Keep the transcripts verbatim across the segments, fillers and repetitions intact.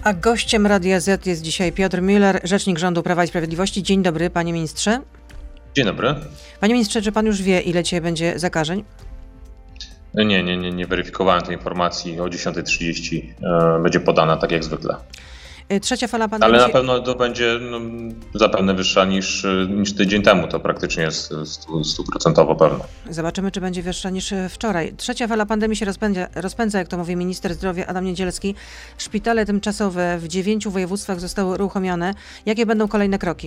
A gościem Radia Z jest dzisiaj Piotr Müller, rzecznik rządu Prawa i Sprawiedliwości. Dzień dobry, panie ministrze. Dzień dobry. Panie ministrze, czy pan już wie, ile dzisiaj będzie zakażeń? Nie, nie, nie, nie weryfikowałem tej informacji. O dziesiąta trzydzieści e, będzie podana, tak jak zwykle. Trzecia fala pandemii. Ale na pewno to będzie no, zapewne wyższa niż, niż tydzień temu. To praktycznie jest stuprocentowo pewne. Zobaczymy, czy będzie wyższa niż wczoraj. Trzecia fala pandemii się rozpędza, rozpędza, jak to mówi minister zdrowia Adam Niedzielski. Szpitale tymczasowe w dziewięciu województwach zostały uruchomione. Jakie będą kolejne kroki?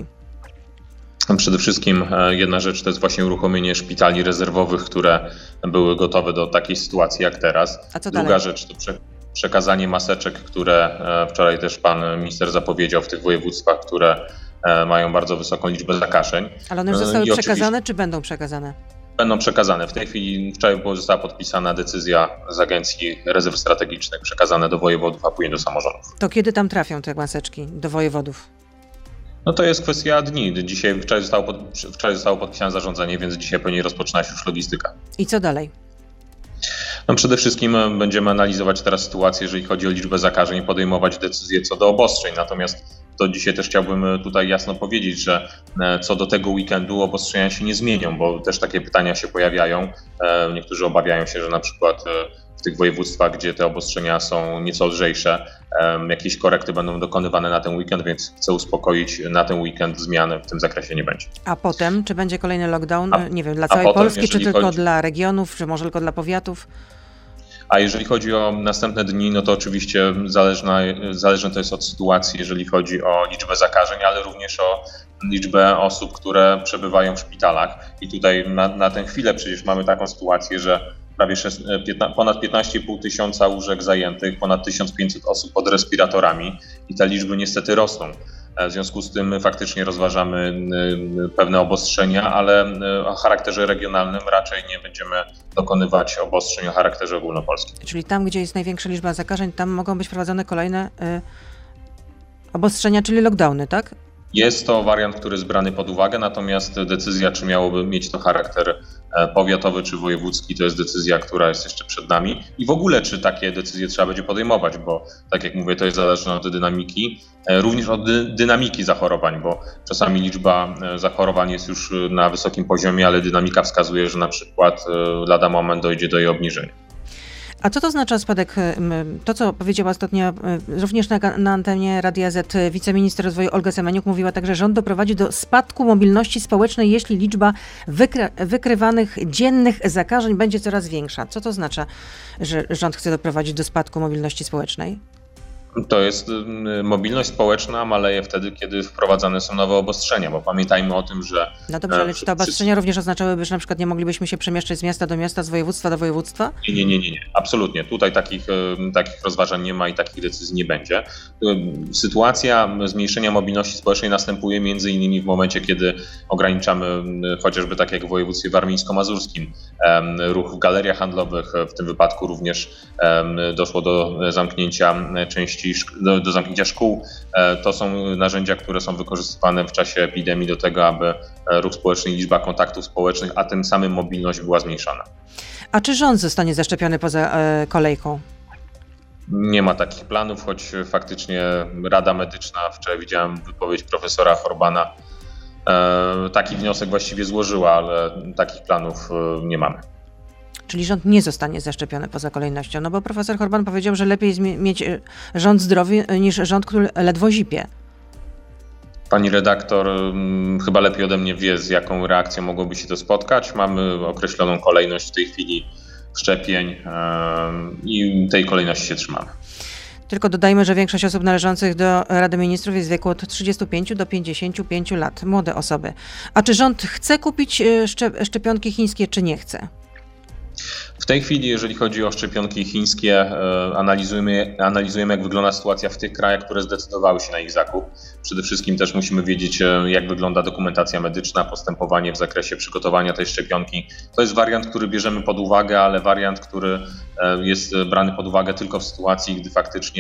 Przede wszystkim jedna rzecz to jest właśnie uruchomienie szpitali rezerwowych, które były gotowe do takiej sytuacji jak teraz. A co Druga dalej? rzecz to prze, przekazanie maseczek, które wczoraj też pan minister zapowiedział w tych województwach, które mają bardzo wysoką liczbę zakażeń. Ale one już zostały I przekazane, czy będą przekazane? Będą przekazane. W tej chwili wczoraj została podpisana decyzja z Agencji Rezerw Strategicznych, przekazane do wojewodów, a później do samorządów. To kiedy tam trafią te maseczki do wojewodów? No to jest kwestia dni. Dzisiaj, wczoraj, zostało pod, wczoraj zostało podpisane zarządzenie, więc dzisiaj powinien rozpoczynać już logistyka. I co dalej? No przede wszystkim będziemy analizować teraz sytuację, jeżeli chodzi o liczbę zakażeń, podejmować decyzje co do obostrzeń. Natomiast to dzisiaj też chciałbym tutaj jasno powiedzieć, że co do tego weekendu obostrzenia się nie zmienią, bo też takie pytania się pojawiają. Niektórzy obawiają się, że na przykład w tych województwach, gdzie te obostrzenia są nieco lżejsze, jakieś korekty będą dokonywane na ten weekend, więc chcę uspokoić, na ten weekend zmian w tym zakresie nie będzie. A potem, czy będzie kolejny lockdown, a, nie wiem, dla całej potem, Polski, czy tylko chodzi... dla regionów, czy może tylko dla powiatów? A jeżeli chodzi o następne dni, no to oczywiście zależna, zależne to jest od sytuacji, jeżeli chodzi o liczbę zakażeń, ale również o liczbę osób, które przebywają w szpitalach. I tutaj na, na tę chwilę przecież mamy taką sytuację, że prawie sześć, piętnaście, ponad piętnaście i pół tysiąca łóżek zajętych, ponad tysiąc pięćset osób pod respiratorami i te liczby niestety rosną. W związku z tym faktycznie rozważamy pewne obostrzenia, ale o charakterze regionalnym raczej nie będziemy dokonywać obostrzeń o charakterze ogólnopolskim. Czyli tam, gdzie jest największa liczba zakażeń, tam mogą być prowadzone kolejne y, obostrzenia, czyli lockdowny, tak? Jest to wariant, który jest brany pod uwagę, natomiast decyzja, czy miałoby mieć to charakter powiatowy czy wojewódzki, to jest decyzja, która jest jeszcze przed nami. I w ogóle, czy takie decyzje trzeba będzie podejmować, bo tak jak mówię, to jest zależne od dynamiki, również od dy- dynamiki zachorowań, bo czasami liczba zachorowań jest już na wysokim poziomie, ale dynamika wskazuje, że na przykład lada moment dojdzie do jej obniżenia. A co to oznacza spadek, to co powiedziała ostatnio również na, na antenie Radia Z wiceminister rozwoju Olga Semeniuk, mówiła tak, że rząd doprowadzi do spadku mobilności społecznej, jeśli liczba wykry, wykrywanych dziennych zakażeń będzie coraz większa. Co to oznacza, że rząd chce doprowadzić do spadku mobilności społecznej? To jest mobilność społeczna maleje wtedy, kiedy wprowadzane są nowe obostrzenia, bo pamiętajmy o tym, że... No dobrze, ale czy te obostrzenia również oznaczałyby, że na przykład nie moglibyśmy się przemieszczać z miasta do miasta, z województwa do województwa? Nie, nie, nie, nie, nie. Absolutnie. Tutaj takich, takich rozważań nie ma i takich decyzji nie będzie. Sytuacja zmniejszenia mobilności społecznej następuje między innymi w momencie, kiedy ograniczamy chociażby tak jak w województwie warmińsko-mazurskim ruch w galeriach handlowych, w tym wypadku również doszło do zamknięcia części Do, do zamknięcia szkół. To są narzędzia, które są wykorzystywane w czasie epidemii do tego, aby ruch społeczny i liczba kontaktów społecznych, a tym samym mobilność była zmniejszana. A czy rząd zostanie zaszczepiony poza e, kolejką? Nie ma takich planów, choć faktycznie Rada Medyczna, wczoraj widziałem wypowiedź profesora Horbana, e, taki wniosek właściwie złożyła, ale takich planów e, nie mamy. Czyli rząd nie zostanie zaszczepiony poza kolejnością, no bo profesor Horban powiedział, że lepiej jest mieć rząd zdrowy niż rząd, który ledwo zipie. Pani redaktor chyba lepiej ode mnie wie, z jaką reakcją mogłoby się to spotkać. Mamy określoną kolejność w tej chwili szczepień i tej kolejności się trzymamy. Tylko dodajmy, że większość osób należących do Rady Ministrów jest w wieku od trzydziestu pięciu do pięćdziesięciu pięciu lat. Młode osoby. A czy rząd chce kupić szczepionki chińskie, czy nie chce? W tej chwili, jeżeli chodzi o szczepionki chińskie, analizujemy, analizujemy, jak wygląda sytuacja w tych krajach, które zdecydowały się na ich zakup. Przede wszystkim też musimy wiedzieć, jak wygląda dokumentacja medyczna, postępowanie w zakresie przygotowania tej szczepionki. To jest wariant, który bierzemy pod uwagę, ale wariant, który jest brany pod uwagę tylko w sytuacji, gdy faktycznie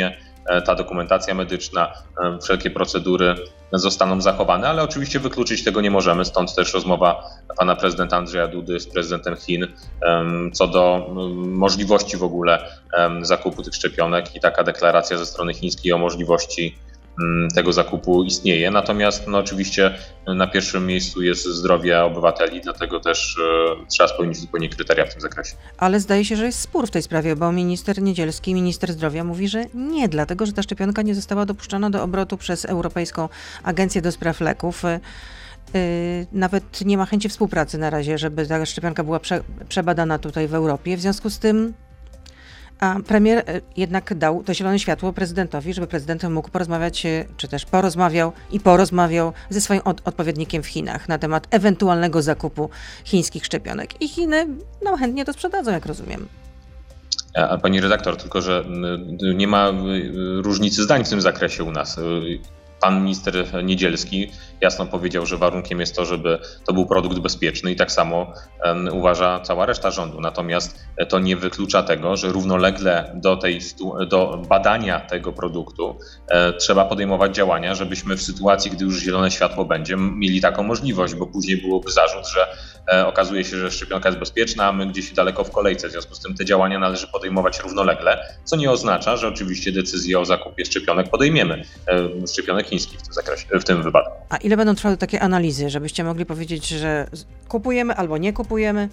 ta dokumentacja medyczna, wszelkie procedury zostaną zachowane, ale oczywiście wykluczyć tego nie możemy, stąd też rozmowa pana prezydenta Andrzeja Dudy z prezydentem Chin co do możliwości w ogóle zakupu tych szczepionek i taka deklaracja ze strony chińskiej o możliwości tego zakupu istnieje. Natomiast no, oczywiście na pierwszym miejscu jest zdrowie obywateli, dlatego też e, trzeba spełnić zupełnie kryteria w tym zakresie. Ale zdaje się, że jest spór w tej sprawie, bo minister Niedzielski, minister zdrowia mówi, że nie, dlatego że ta szczepionka nie została dopuszczona do obrotu przez Europejską Agencję do Spraw Leków. Yy, nawet nie ma chęci współpracy na razie, żeby ta szczepionka była prze, przebadana tutaj w Europie. W związku z tym a premier jednak dał to zielone światło prezydentowi, żeby prezydent mógł porozmawiać, czy też porozmawiał i porozmawiał ze swoim od- odpowiednikiem w Chinach na temat ewentualnego zakupu chińskich szczepionek. I Chiny no, chętnie to sprzedadzą, jak rozumiem. A pani redaktor, tylko że nie ma różnicy zdań w tym zakresie u nas. Pan minister Niedzielski jasno powiedział, że warunkiem jest to, żeby to był produkt bezpieczny i tak samo um, uważa cała reszta rządu. Natomiast to nie wyklucza tego, że równolegle do, tej, do badania tego produktu e, trzeba podejmować działania, żebyśmy w sytuacji, gdy już zielone światło będzie, mieli taką możliwość, bo później byłoby zarzut, że e, okazuje się, że szczepionka jest bezpieczna, a my gdzieś daleko w kolejce. W związku z tym te działania należy podejmować równolegle, co nie oznacza, że oczywiście decyzję o zakupie szczepionek podejmiemy. E, szczepionek chińskich w tym zakresie, w tym wypadku. A ile będą trwały takie analizy, żebyście mogli powiedzieć, że kupujemy albo nie kupujemy?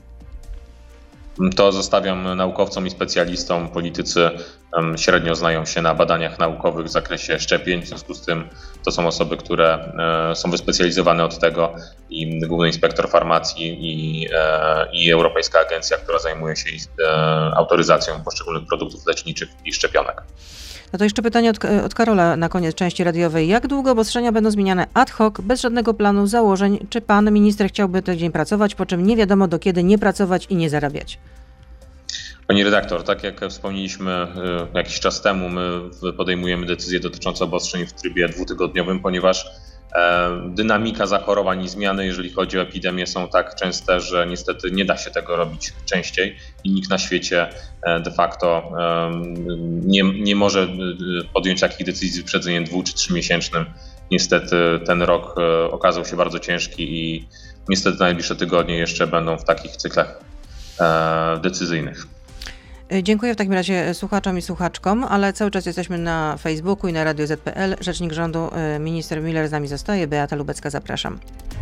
To zostawiam naukowcom i specjalistom. Politycy średnio znają się na badaniach naukowych w zakresie szczepień, w związku z tym to są osoby, które są wyspecjalizowane od tego i Główny Inspektor Farmacji i, i Europejska Agencja, która zajmuje się autoryzacją poszczególnych produktów leczniczych i szczepionek. No to jeszcze pytanie od, od Karola na koniec części radiowej. Jak długo obostrzenia będą zmieniane ad hoc, bez żadnego planu, założeń? Czy pan minister chciałby tydzień pracować, po czym nie wiadomo do kiedy nie pracować i nie zarabiać? Pani redaktor, tak jak wspomnieliśmy jakiś czas temu, my podejmujemy decyzje dotyczące obostrzeń w trybie dwutygodniowym, ponieważ dynamika zachorowań i zmiany, jeżeli chodzi o epidemię, są tak częste, że niestety nie da się tego robić częściej i nikt na świecie de facto nie, nie może podjąć takich decyzji z wyprzedzeniem dwu czy trzymiesięcznym. Niestety ten rok okazał się bardzo ciężki i niestety najbliższe tygodnie jeszcze będą w takich cyklach decyzyjnych. Dziękuję w takim razie słuchaczom i słuchaczkom, ale cały czas jesteśmy na Facebooku i na Radio Z kropka P L. Rzecznik rządu, minister Müller z nami zostaje. Beata Lubecka, zapraszam.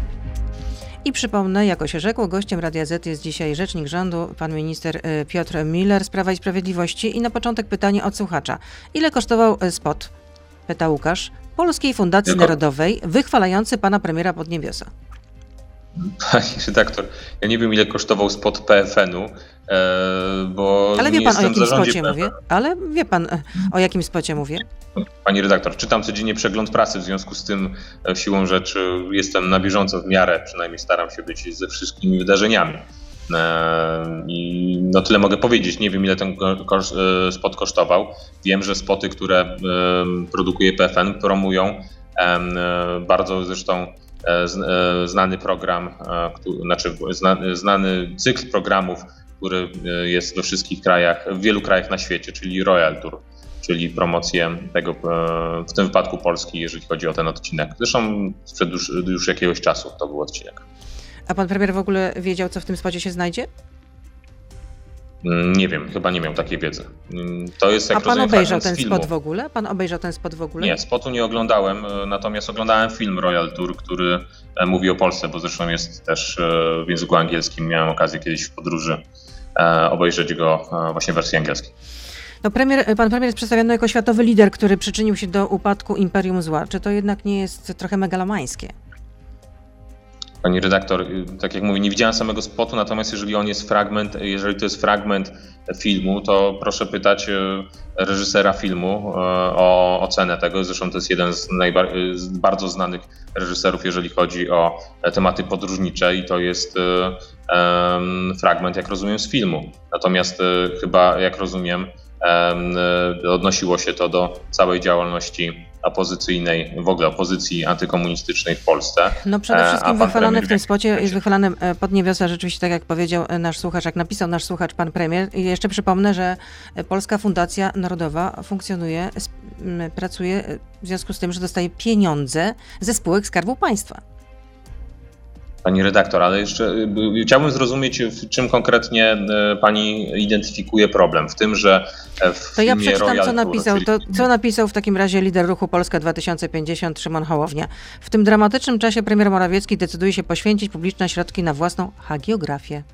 I przypomnę, jako się rzekło, gościem Radia Z jest dzisiaj rzecznik rządu, pan minister Piotr Müller z Prawa i Sprawiedliwości. I na początek pytanie od słuchacza. Ile kosztował spot, pyta Łukasz, Polskiej Fundacji Tylko... Narodowej wychwalający pana premiera Podniebiosa? Pani redaktor, ja nie wiem ile kosztował spot P F N-u, bo Ale wie nie pan o jakim spocie P F N. mówię? Ale wie pan o jakim spocie mówię? Pani redaktor, czytam codziennie przegląd prasy, w związku z tym siłą rzeczy jestem na bieżąco w miarę, przynajmniej staram się być ze wszystkimi wydarzeniami. I no tyle mogę powiedzieć, nie wiem ile ten spot kosztował. Wiem, że spoty, które produkuje P F N, promują bardzo zresztą znany program, znaczy znany cykl programów, który jest we wszystkich krajach, w wielu krajach na świecie, czyli Royal Tour, czyli promocję tego, w tym wypadku Polski, jeżeli chodzi o ten odcinek. Zresztą sprzed już, już jakiegoś czasu to był odcinek. A pan premier w ogóle wiedział, co w tym spocie się znajdzie? Nie wiem, chyba nie miał takiej wiedzy. To jest, jak A pan obejrzał ten filmu. spot w ogóle? Pan obejrzał ten spot w ogóle? Nie, spotu nie oglądałem, natomiast oglądałem film Royal Tour, który mówi o Polsce, bo zresztą jest też w języku angielskim. Miałem okazję kiedyś w podróży obejrzeć go właśnie w wersji angielskiej. No premier, pan premier jest przedstawiony jako światowy lider, który przyczynił się do upadku imperium zła. Czy to jednak nie jest trochę megalomańskie? Pani redaktor, tak jak mówię, nie widziałem samego spotu, natomiast jeżeli on jest fragment, jeżeli to jest fragment filmu, to proszę pytać reżysera filmu o ocenę tego. Zresztą to jest jeden z, najbar- z bardzo znanych reżyserów, jeżeli chodzi o tematy podróżnicze i to jest um, fragment, jak rozumiem, z filmu. Natomiast chyba, jak rozumiem, odnosiło się to do całej działalności opozycyjnej, w ogóle opozycji antykomunistycznej w Polsce. No przede wszystkim wychwalane w tym spocie będzie. jest wychwalane Podniebiosła, rzeczywiście tak jak powiedział nasz słuchacz, jak napisał nasz słuchacz, pan premier. I jeszcze przypomnę, że Polska Fundacja Narodowa funkcjonuje, pracuje w związku z tym, że dostaje pieniądze ze spółek Skarbu Państwa. Pani redaktor, ale jeszcze chciałbym zrozumieć, w czym konkretnie pani identyfikuje problem. W tym, że w To ja przeczytam, Royal co napisał. Tour, To, co napisał w takim razie lider ruchu Polska dwa tysiące pięćdziesiąt Szymon Hołownia. W tym dramatycznym czasie premier Morawiecki decyduje się poświęcić publiczne środki na własną hagiografię.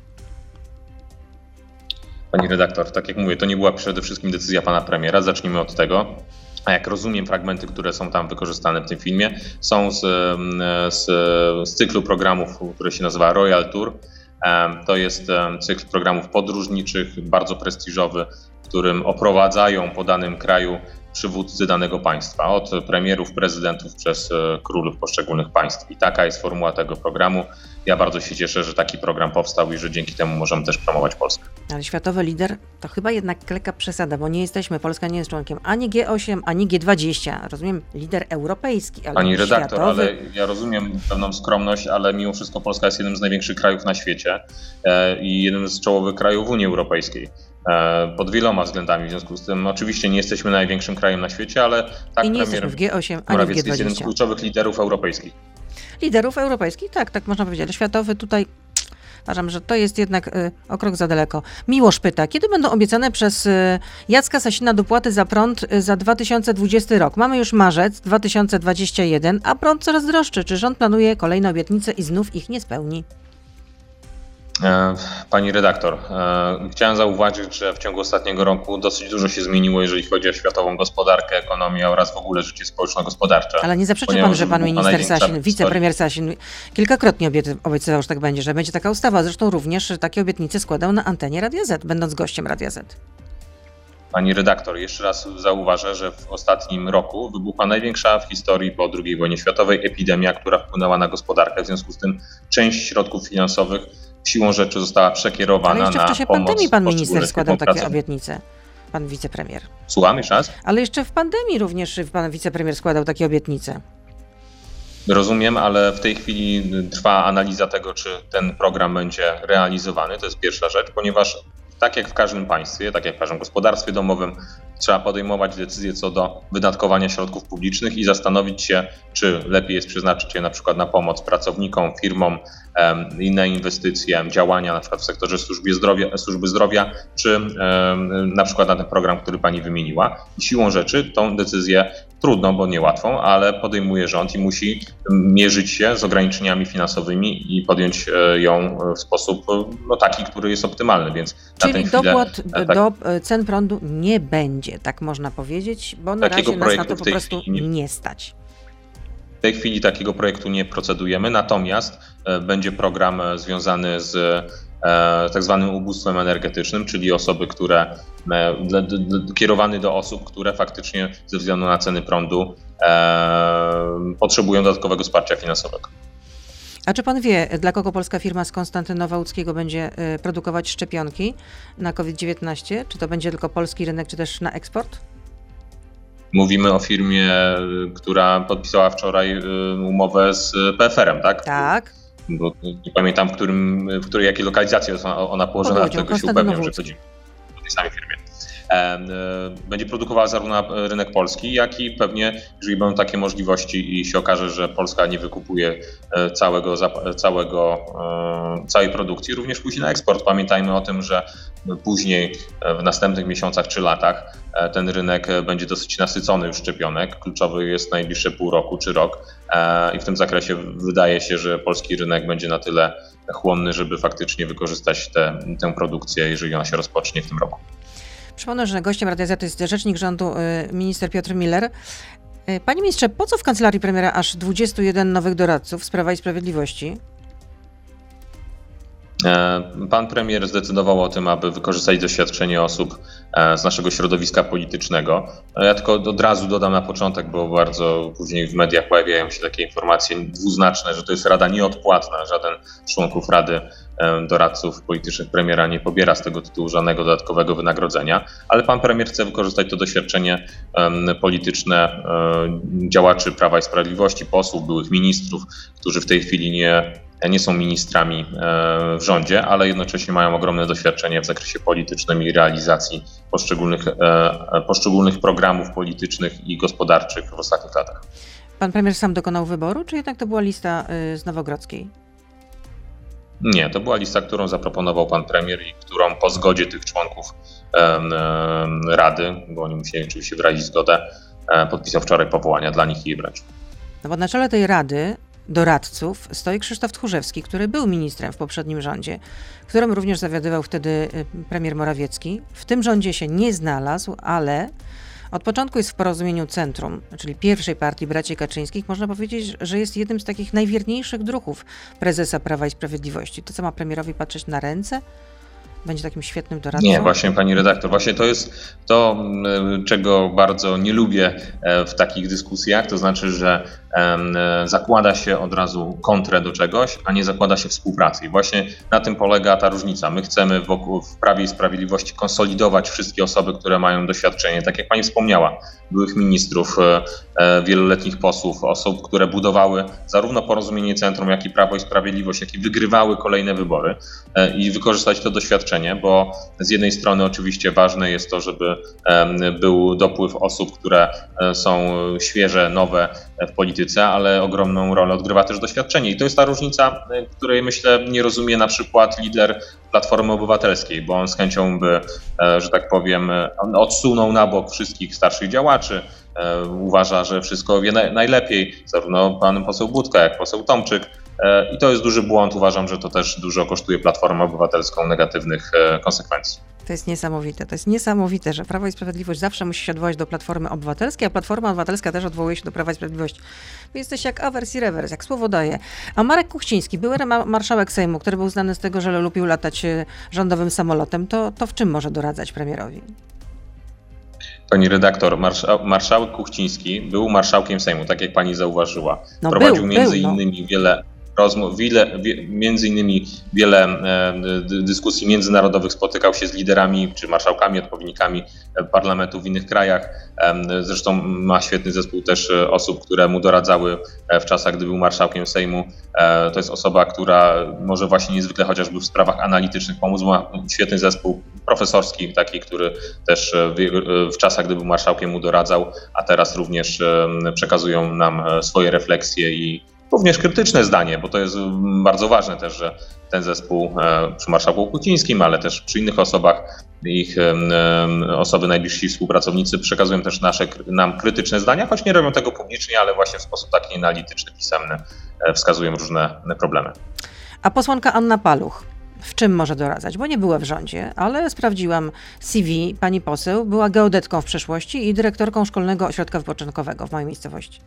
Pani redaktor, tak jak mówię, to nie była przede wszystkim decyzja pana premiera. Zacznijmy od tego. A jak rozumiem, fragmenty, które są tam wykorzystane w tym filmie, są z, z, z cyklu programów, który się nazywa Royal Tour. To jest cykl programów podróżniczych, bardzo prestiżowy, w którym oprowadzają po danym kraju przywódcy danego państwa, od premierów, prezydentów przez królów poszczególnych państw. I taka jest formuła tego programu. Ja bardzo się cieszę, że taki program powstał i że dzięki temu możemy też promować Polskę. Ale światowy lider to chyba jednak lekka przesada, bo nie jesteśmy, Polska nie jest członkiem ani G osiem, ani G dwadzieścia. Rozumiem, lider europejski, ale Pani redaktor, światowy... ale ja rozumiem pewną skromność, ale mimo wszystko Polska jest jednym z największych krajów na świecie i jednym z czołowych krajów Unii Europejskiej. Pod wieloma względami. W związku z tym oczywiście nie jesteśmy największym krajem na świecie, ale tak I nie premier jesteśmy w G osiem, ani w Morawiecki G jest jednym z dwadzieścia. kluczowych liderów europejskich. Liderów europejskich, tak, tak można powiedzieć. Ale światowy tutaj uważam, że to jest jednak y, o krok za daleko. Miłosz pyta, kiedy będą obiecane przez y, Jacka Sasina dopłaty za prąd y, za dwa tysiące dwudziesty rok? Mamy już marzec dwa tysiące dwudziesty pierwszy, a prąd coraz droższy. Czy rząd planuje kolejne obietnice i znów ich nie spełni? Pani redaktor, chciałem zauważyć, że w ciągu ostatniego roku dosyć dużo się zmieniło, jeżeli chodzi o światową gospodarkę, ekonomię oraz w ogóle życie społeczno-gospodarcze. Ale nie zaprzeczy pan, że pan minister Sasin, wicepremier Sasin kilkakrotnie obiecywał, że tak będzie, że będzie taka ustawa. Zresztą również takie obietnice składał na antenie Radia Z, będąc gościem Radia Z. Pani redaktor, jeszcze raz zauważę, że w ostatnim roku wybuchła największa w historii po drugiej wojnie światowej epidemia, która wpłynęła na gospodarkę. W związku z tym część środków finansowych siłą rzeczy została przekierowana na pomoc. Ale jeszcze w czasie pandemii pan minister składał takie pracownikom. obietnice, pan wicepremier. Słucham jeszcze raz? Ale jeszcze w pandemii również pan wicepremier składał takie obietnice. Rozumiem, ale w tej chwili trwa analiza tego, czy ten program będzie realizowany. To jest pierwsza rzecz, ponieważ tak jak w każdym państwie, tak jak w każdym gospodarstwie domowym, trzeba podejmować decyzje co do wydatkowania środków publicznych i zastanowić się, czy lepiej jest przeznaczyć je na przykład na pomoc pracownikom, firmom, um, inne inwestycje, działania na przykład w sektorze służby zdrowia, służby zdrowia czy um, na przykład na ten program, który pani wymieniła. I siłą rzeczy tą decyzję trudną, bo niełatwą, ale podejmuje rząd i musi mierzyć się z ograniczeniami finansowymi i podjąć ją w sposób no, taki, który jest optymalny. Więc Czyli na tę chwilę, dopłat tak, do cen prądu nie będzie, tak można powiedzieć, bo na razie nas na to po prostu nie, nie stać. W tej chwili takiego projektu nie procedujemy, natomiast będzie program związany z tak zwanym ubóstwem energetycznym, czyli osoby, które kierowany do osób, które faktycznie ze względu na ceny prądu potrzebują dodatkowego wsparcia finansowego. A czy pan wie, dla kogo polska firma z Konstantynowa Łódzkiego będzie produkować szczepionki na COVID dziewiętnaście? Czy to będzie tylko polski rynek, czy też na eksport? Mówimy o firmie, która podpisała wczoraj umowę z P F R em, tak? Tak. Bo nie pamiętam, w, którym, w której jakiej lokalizacji jest ona, ona położona, Powodzią, tego się upewniam, że chodzi o tej samej firmie. Będzie produkowała zarówno na rynek polski, jak i pewnie, jeżeli będą takie możliwości i się okaże, że Polska nie wykupuje całego, całego, całej produkcji, również pójdzie na eksport. Pamiętajmy o tym, że później w następnych miesiącach czy latach ten rynek będzie dosyć nasycony już szczepionek. Kluczowy jest najbliższe pół roku czy rok i w tym zakresie wydaje się, że polski rynek będzie na tyle chłonny, żeby faktycznie wykorzystać tę, tę produkcję, jeżeli ona się rozpocznie w tym roku. Przypomnę, że gościem Radia Z jest rzecznik rządu minister Piotr Müller. Panie ministrze, po co w kancelarii premiera aż dwudziestu jeden nowych doradców z Prawa i Sprawiedliwości? Pan premier zdecydował o tym, aby wykorzystać doświadczenie osób z naszego środowiska politycznego. Ja tylko od razu dodam na początek, bo bardzo później w mediach pojawiają się takie informacje dwuznaczne, że to jest rada nieodpłatna, żaden z członków rady doradców politycznych premiera nie pobiera z tego tytułu żadnego dodatkowego wynagrodzenia, ale pan premier chce wykorzystać to doświadczenie polityczne działaczy Prawa i Sprawiedliwości, posłów, byłych ministrów, którzy w tej chwili nie, nie są ministrami w rządzie, ale jednocześnie mają ogromne doświadczenie w zakresie politycznym i realizacji poszczególnych, poszczególnych programów politycznych i gospodarczych w ostatnich latach. Pan premier sam dokonał wyboru, czy jednak to była lista z Nowogrodzkiej? Nie, to była lista, którą zaproponował pan premier i którą po zgodzie tych członków Rady, bo oni musieli oczywiście wyrazić zgodę, podpisał wczoraj powołania dla nich i wręcz. No bo na czele tej Rady doradców stoi Krzysztof Tchórzewski, który był ministrem w poprzednim rządzie, którym również zawiadywał wtedy premier Morawiecki. W tym rządzie się nie znalazł, ale od początku jest w Porozumieniu Centrum, czyli pierwszej partii braci Kaczyńskich. Można powiedzieć, że jest jednym z takich najwierniejszych druhów prezesa Prawa i Sprawiedliwości. To co, ma premierowi patrzeć na ręce? Będzie takim świetnym doradcą? Nie, właśnie pani redaktor, właśnie to jest to, czego bardzo nie lubię w takich dyskusjach, to znaczy, że zakłada się od razu kontrę do czegoś, a nie zakłada się współpracy. I właśnie na tym polega ta różnica. My chcemy wokół, w Prawie i Sprawiedliwości konsolidować wszystkie osoby, które mają doświadczenie, tak jak pani wspomniała, byłych ministrów, wieloletnich posłów, osób, które budowały zarówno Porozumienie Centrum, jak i Prawo i Sprawiedliwość, jak i wygrywały kolejne wybory i wykorzystać to doświadczenie, bo z jednej strony oczywiście ważne jest to, żeby był dopływ osób, które są świeże, nowe w polityce, ale ogromną rolę odgrywa też doświadczenie. I to jest ta różnica, której myślę nie rozumie na przykład lider Platformy Obywatelskiej, bo on z chęcią by, że tak powiem, odsunął na bok wszystkich starszych działaczy. Uważa, że wszystko wie najlepiej, zarówno pan poseł Budka, jak poseł Tomczyk. I to jest duży błąd. Uważam, że to też dużo kosztuje Platformę Obywatelską negatywnych konsekwencji. To jest niesamowite. To jest niesamowite, że Prawo i Sprawiedliwość zawsze musi się odwołać do Platformy Obywatelskiej, a Platforma Obywatelska też odwołuje się do Prawa i Sprawiedliwości. Wy jesteś jak awers i rewers, jak słowo daje. A Marek Kuchciński, były marszałek Sejmu, który był znany z tego, że lubił latać rządowym samolotem, to, to w czym może doradzać premierowi? Pani redaktor, marsza, marszałek Kuchciński był marszałkiem Sejmu, tak jak pani zauważyła. No Prowadził był, między był, no. innymi wiele rozmów, wiele, wie, między innymi wiele e, dyskusji międzynarodowych, spotykał się z liderami czy marszałkami, odpowiednikami parlamentów w innych krajach. E, zresztą ma świetny zespół też osób, które mu doradzały w czasach, gdy był marszałkiem Sejmu. E, to jest osoba, która może właśnie niezwykle chociażby w sprawach analitycznych pomóc. Ma świetny zespół profesorski, taki, który też w, w czasach, gdy był marszałkiem, mu doradzał, a teraz również przekazują nam swoje refleksje i również krytyczne zdanie, bo to jest bardzo ważne też, że ten zespół przy marszałku Kuchcińskim, ale też przy innych osobach, ich osoby, najbliżsi współpracownicy przekazują też nasze, nam krytyczne zdania, choć nie robią tego publicznie, ale właśnie w sposób taki analityczny, pisemny wskazują różne problemy. A posłanka Anna Paluch w czym może doradzać? Bo nie była w rządzie, ale sprawdziłam C V. Pani poseł była geodetką w przeszłości i dyrektorką Szkolnego Ośrodka Wypoczynkowego w mojej miejscowości.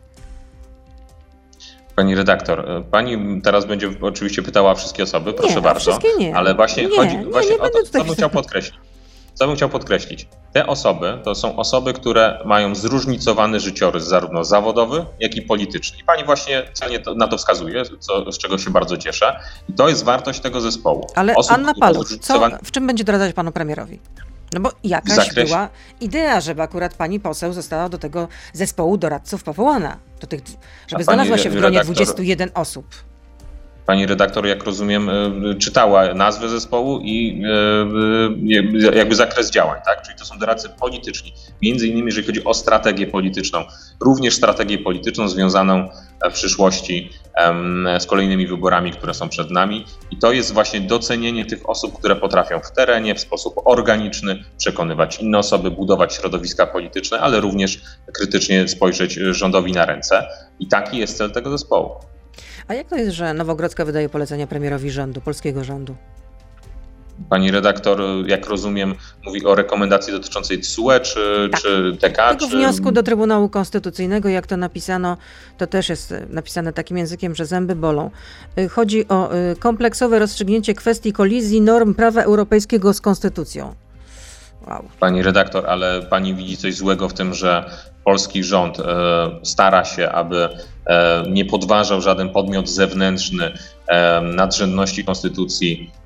Pani redaktor, pani teraz będzie oczywiście pytała o wszystkie osoby, proszę nie, bardzo, nie. ale właśnie nie, chodzi nie, właśnie nie o to, co bym chciał podkreślić. Co bym chciał podkreślić? Te osoby to są osoby, które mają zróżnicowany życiorys, zarówno zawodowy, jak i polityczny. I pani właśnie celnie to, na to wskazuje, co, z czego się bardzo cieszę. I to jest wartość tego zespołu. Ale Osób, Anna Paluch, zróżnicowane... co, w czym będzie doradzać panu premierowi? No bo jakaś zakresie... była idea, żeby akurat pani poseł została do tego zespołu doradców powołana. Do tych, żeby znalazła się w gronie redaktor... dwudziestu jeden osób. Pani redaktor, jak rozumiem, czytała nazwę zespołu i jakby zakres działań, tak? Czyli to są doradcy polityczni. Między innymi, jeżeli chodzi o strategię polityczną, również strategię polityczną związaną w przyszłości z kolejnymi wyborami, które są przed nami. I to jest właśnie docenienie tych osób, które potrafią w terenie, w sposób organiczny przekonywać inne osoby, budować środowiska polityczne, ale również krytycznie spojrzeć rządowi na ręce. I taki jest cel tego zespołu. A jak to jest, że Nowogrodzka wydaje polecenia premierowi rządu, polskiego rządu? Pani redaktor, jak rozumiem, mówi o rekomendacji dotyczącej T S U E czy, tak. czy T K? Tego czy... wniosku do Trybunału Konstytucyjnego, jak to napisano, to też jest napisane takim językiem, że zęby bolą. Chodzi o kompleksowe rozstrzygnięcie kwestii kolizji norm prawa europejskiego z konstytucją. Wow. Pani redaktor, ale pani widzi coś złego w tym, że polski rząd e, stara się, aby e, nie podważał żaden podmiot zewnętrzny e, nadrzędności konstytucji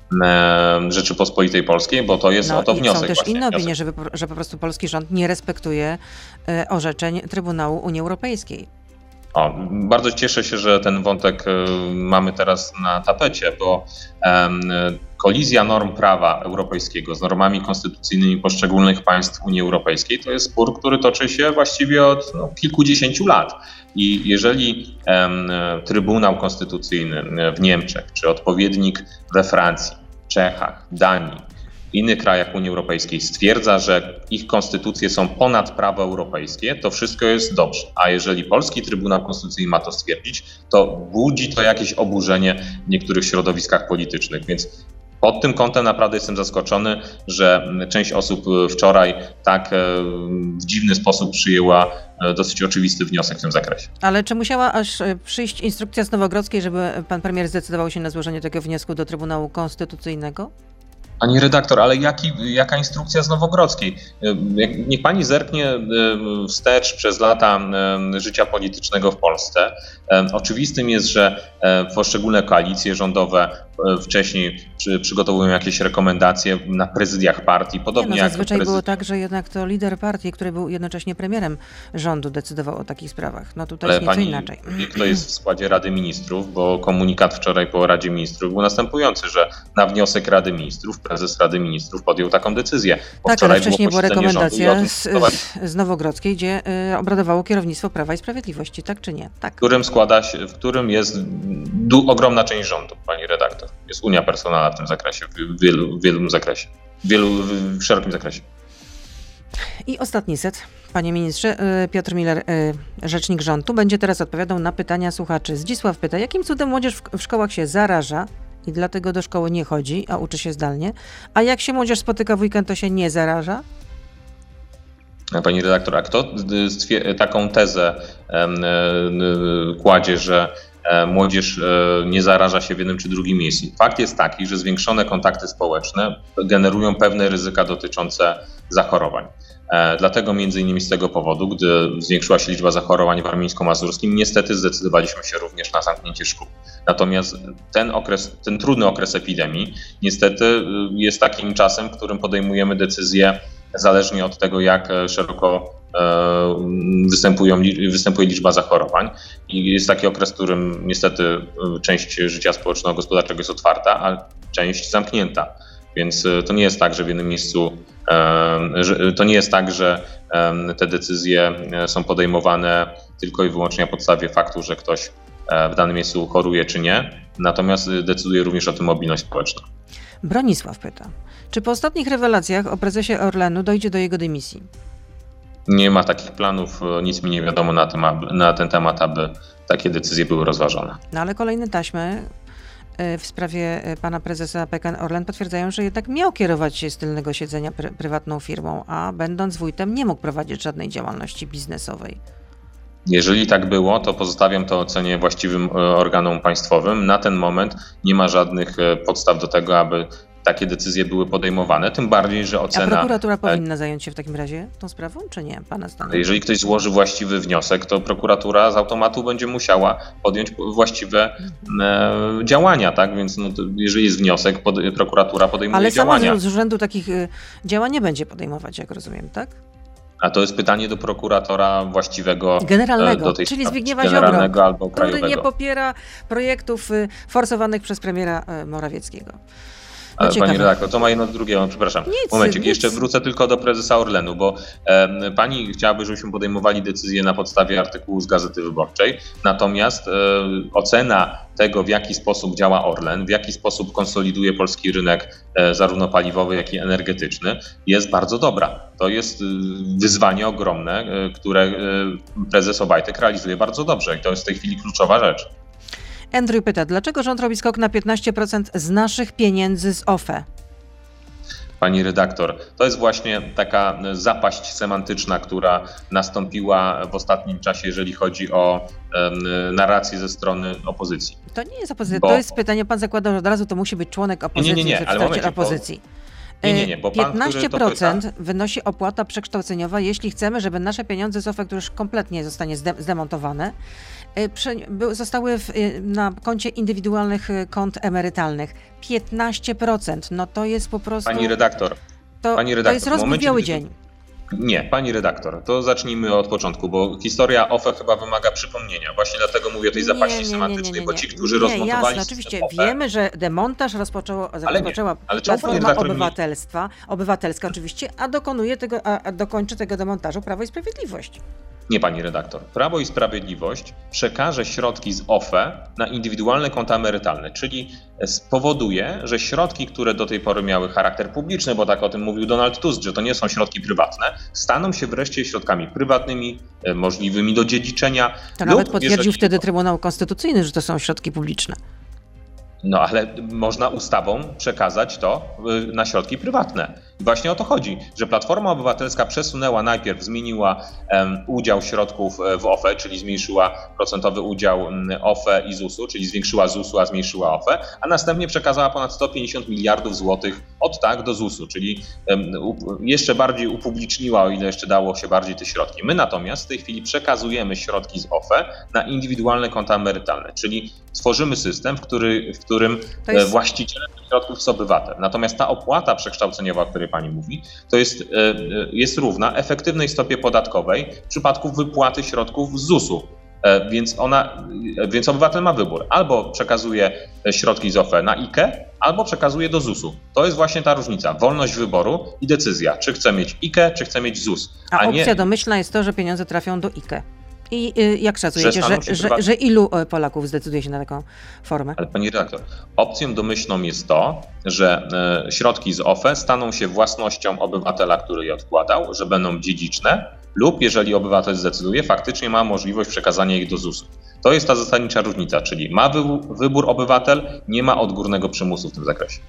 Rzeczypospolitej Polskiej, bo to jest no, o to wniosek. Są też właśnie, inne wniosek. opinie, że, że po prostu polski rząd nie respektuje orzeczeń Trybunału Unii Europejskiej. O, bardzo cieszę się, że ten wątek mamy teraz na tapecie, bo um, kolizja norm prawa europejskiego z normami konstytucyjnymi poszczególnych państw Unii Europejskiej to jest spór, który toczy się właściwie od no, kilkudziesięciu lat. I jeżeli um, Trybunał Konstytucyjny w Niemczech, czy odpowiednik we Francji, Czechach, Danii, w innych krajach Unii Europejskiej stwierdza, że ich konstytucje są ponad prawo europejskie, to wszystko jest dobrze. A jeżeli polski Trybunał Konstytucyjny ma to stwierdzić, to budzi to jakieś oburzenie w niektórych środowiskach politycznych. Więc pod tym kątem naprawdę jestem zaskoczony, że część osób wczoraj tak w dziwny sposób przyjęła dosyć oczywisty wniosek w tym zakresie. Ale czy musiała aż przyjść instrukcja z Nowogrodzkiej, żeby pan premier zdecydował się na złożenie tego wniosku do Trybunału Konstytucyjnego? Pani redaktor, ale jaki, jaka instrukcja z Nowogrodzkiej? Niech pani zerknie wstecz przez lata życia politycznego w Polsce. Oczywistym jest, że poszczególne koalicje rządowe wcześniej przygotowują jakieś rekomendacje na prezydiach partii, podobnie Nie, no, jak zazwyczaj prezydent... było tak, że jednak to lider partii, który był jednocześnie premierem rządu, decydował o takich sprawach. No tutaj Ale jest nieco pani inaczej. wie, kto jest w składzie Rady Ministrów, bo komunikat wczoraj po Radzie Ministrów był następujący, że na wniosek Rady Ministrów prezes Rady Ministrów podjął taką decyzję. Bo Tak, ale wcześniej było była rekomendacja z, z, z Nowogrodzkiej, gdzie y, obradowało kierownictwo Prawa i Sprawiedliwości, tak czy nie? Tak. W którym składa się, w którym jest du, ogromna część rządu, pani redaktor. Jest unia personalna w tym zakresie, w wielu, w wielu zakresie, w, wielu, w szerokim zakresie. I ostatni set. Panie ministrze, Piotr Miller, rzecznik rządu, będzie teraz odpowiadał na pytania słuchaczy. Zdzisław pyta, jakim cudem młodzież w szkołach się zaraża i dlatego do szkoły nie chodzi, a uczy się zdalnie, a jak się młodzież spotyka w weekend, to się nie zaraża? Pani redaktor, a kto taką tezę kładzie, że młodzież nie zaraża się w jednym czy drugim miejscu? Fakt jest taki, że zwiększone kontakty społeczne generują pewne ryzyka dotyczące zachorowań. Dlatego między innymi z tego powodu, gdy zwiększyła się liczba zachorowań warmińsko-mazurskim, niestety zdecydowaliśmy się również na zamknięcie szkół. Natomiast ten okres, ten trudny okres epidemii niestety jest takim czasem, w którym podejmujemy decyzje zależnie od tego, jak szeroko występują, występuje liczba zachorowań. I jest taki okres, w którym niestety część życia społeczno-gospodarczego jest otwarta, a część zamknięta. Więc to nie jest tak, że w jednym miejscu, to nie jest tak, że te decyzje są podejmowane tylko i wyłącznie na podstawie faktu, że ktoś w danym miejscu choruje czy nie, natomiast decyduje również o tym mobilność społeczna. Bronisław pyta, czy po ostatnich rewelacjach o prezesie Orlenu dojdzie do jego dymisji? Nie ma takich planów, nic mi nie wiadomo na ten, na ten temat, aby takie decyzje były rozważone. No ale kolejne taśmy w sprawie pana prezesa P K N Orlen potwierdzają, że jednak miał kierować się z tylnego siedzenia pr- prywatną firmą, a będąc wójtem nie mógł prowadzić żadnej działalności biznesowej. Jeżeli tak było, to pozostawiam to ocenie właściwym organom państwowym. Na ten moment nie ma żadnych podstaw do tego, aby takie decyzje były podejmowane, tym bardziej, że ocena... A prokuratura powinna zająć się w takim razie tą sprawą, czy nie, pana zdaniem? Jeżeli ktoś złoży właściwy wniosek, to prokuratura z automatu będzie musiała podjąć właściwe e, działania, tak? Więc no, jeżeli jest wniosek, pod, prokuratura podejmuje Ale działania. Ale sama z urzędu takich y, działań nie będzie podejmować, jak rozumiem, tak? A to jest pytanie do prokuratora właściwego generalnego, do tej czyli sprawy, Zbigniewa generalnego Ziobro, albo krajowego. który nie popiera projektów y, forsowanych przez premiera y, Morawieckiego. No ale pani redaktor, to ma jedno do drugiego, przepraszam. Nic, Momencik, nic. jeszcze wrócę tylko do prezesa Orlenu, bo e, pani chciałaby, żebyśmy podejmowali decyzje na podstawie artykułu z Gazety Wyborczej, natomiast e, ocena tego, w jaki sposób działa Orlen, w jaki sposób konsoliduje polski rynek e, zarówno paliwowy, jak i energetyczny, jest bardzo dobra. To jest e, wyzwanie ogromne, e, które e, prezes Obajtek realizuje bardzo dobrze i to jest w tej chwili kluczowa rzecz. Andrew pyta, dlaczego rząd robi skok na piętnaście procent z naszych pieniędzy z O F E? Pani redaktor, to jest właśnie taka zapaść semantyczna, która nastąpiła w ostatnim czasie, jeżeli chodzi o um, narrację ze strony opozycji. To nie jest opozycja, Bo... to jest pytanie, pan zakładał, że od razu to musi być członek opozycji, nie, nie, nie, ale przedstawiciel momencik, opozycji. Nie, nie, nie, bo pan, piętnaście procent który to pyta, wynosi opłata przekształceniowa, jeśli chcemy, żeby nasze pieniądze z O F E, które już kompletnie zostanie zdemontowane, zostały w, na koncie indywidualnych kont emerytalnych. piętnaście procent, no to jest po prostu... Pani redaktor, to, pani redaktor, to jest rozbój biały dzień. Nie, pani redaktor, to zacznijmy od początku, bo historia O F E chyba wymaga przypomnienia. Właśnie dlatego mówię o tej zapaści semantycznej, bo ci, którzy nie, rozmontowali jasne, oczywiście. O F E... Wiemy, że demontaż rozpoczęło, ale rozpoczęła nie, ale Platforma Obywatelstwa, Obywatelska oczywiście, a dokonuje tego, a dokończy tego demontażu Prawo i Sprawiedliwość. Nie, pani redaktor. Prawo i Sprawiedliwość przekaże środki z O F E na indywidualne konta emerytalne, czyli spowoduje, że środki, które do tej pory miały charakter publiczny, bo tak o tym mówił Donald Tusk, że to nie są środki prywatne, staną się wreszcie środkami prywatnymi, możliwymi do dziedziczenia. To nawet potwierdził jeżeli... wtedy Trybunał Konstytucyjny, że to są środki publiczne. No ale można ustawą przekazać to na środki prywatne. I właśnie o to chodzi, że Platforma Obywatelska przesunęła najpierw, zmieniła um, udział środków w O F E, czyli zmniejszyła procentowy udział O F E i Z U S-u, czyli zwiększyła Z U S-u, a zmniejszyła O F E, a następnie przekazała ponad sto pięćdziesiąt miliardów złotych od tak do Z U S-u, czyli um, jeszcze bardziej upubliczniła, o ile jeszcze dało się bardziej te środki. My natomiast w tej chwili przekazujemy środki z O F E na indywidualne konta emerytalne, czyli tworzymy system, w, który, w którym jest... właścicielem środków jest obywatel. Natomiast ta opłata przekształceniowa, o której pani mówi, to jest, jest równa efektywnej stopie podatkowej w przypadku wypłaty środków z Z U S-u. Więc, ona, więc obywatel ma wybór. Albo przekazuje środki z O F E na I K E, albo przekazuje do Z U S-u. To jest właśnie ta różnica. Wolność wyboru i decyzja, czy chce mieć I K E, czy chce mieć Z U S. A, a opcja nie... domyślna jest to, że pieniądze trafią do I K E. I jak szacujecie, że, że, że, że ilu Polaków zdecyduje się na taką formę? Ale pani redaktor, opcją domyślną jest to, że e, środki z O F E staną się własnością obywatela, który je odkładał, że będą dziedziczne lub jeżeli obywatel zdecyduje, faktycznie ma możliwość przekazania ich do Z U S-u. To jest ta zasadnicza różnica, czyli ma wy, wybór obywatel, nie ma odgórnego przymusu w tym zakresie.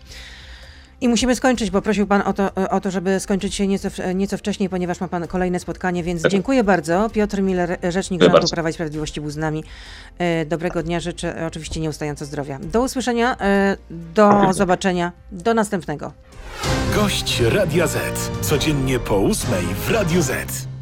I musimy skończyć, bo prosił pan o to, o to żeby skończyć się nieco, nieco wcześniej, ponieważ ma pan kolejne spotkanie, więc dziękuję bardzo. Piotr Miller, rzecznik rządu Prawa i Sprawiedliwości, był z nami. Dobrego dnia, życzę oczywiście nieustająco zdrowia. Do usłyszenia, do zobaczenia, do następnego. Gość Radia Z. Codziennie po ósmej w Radiu Z.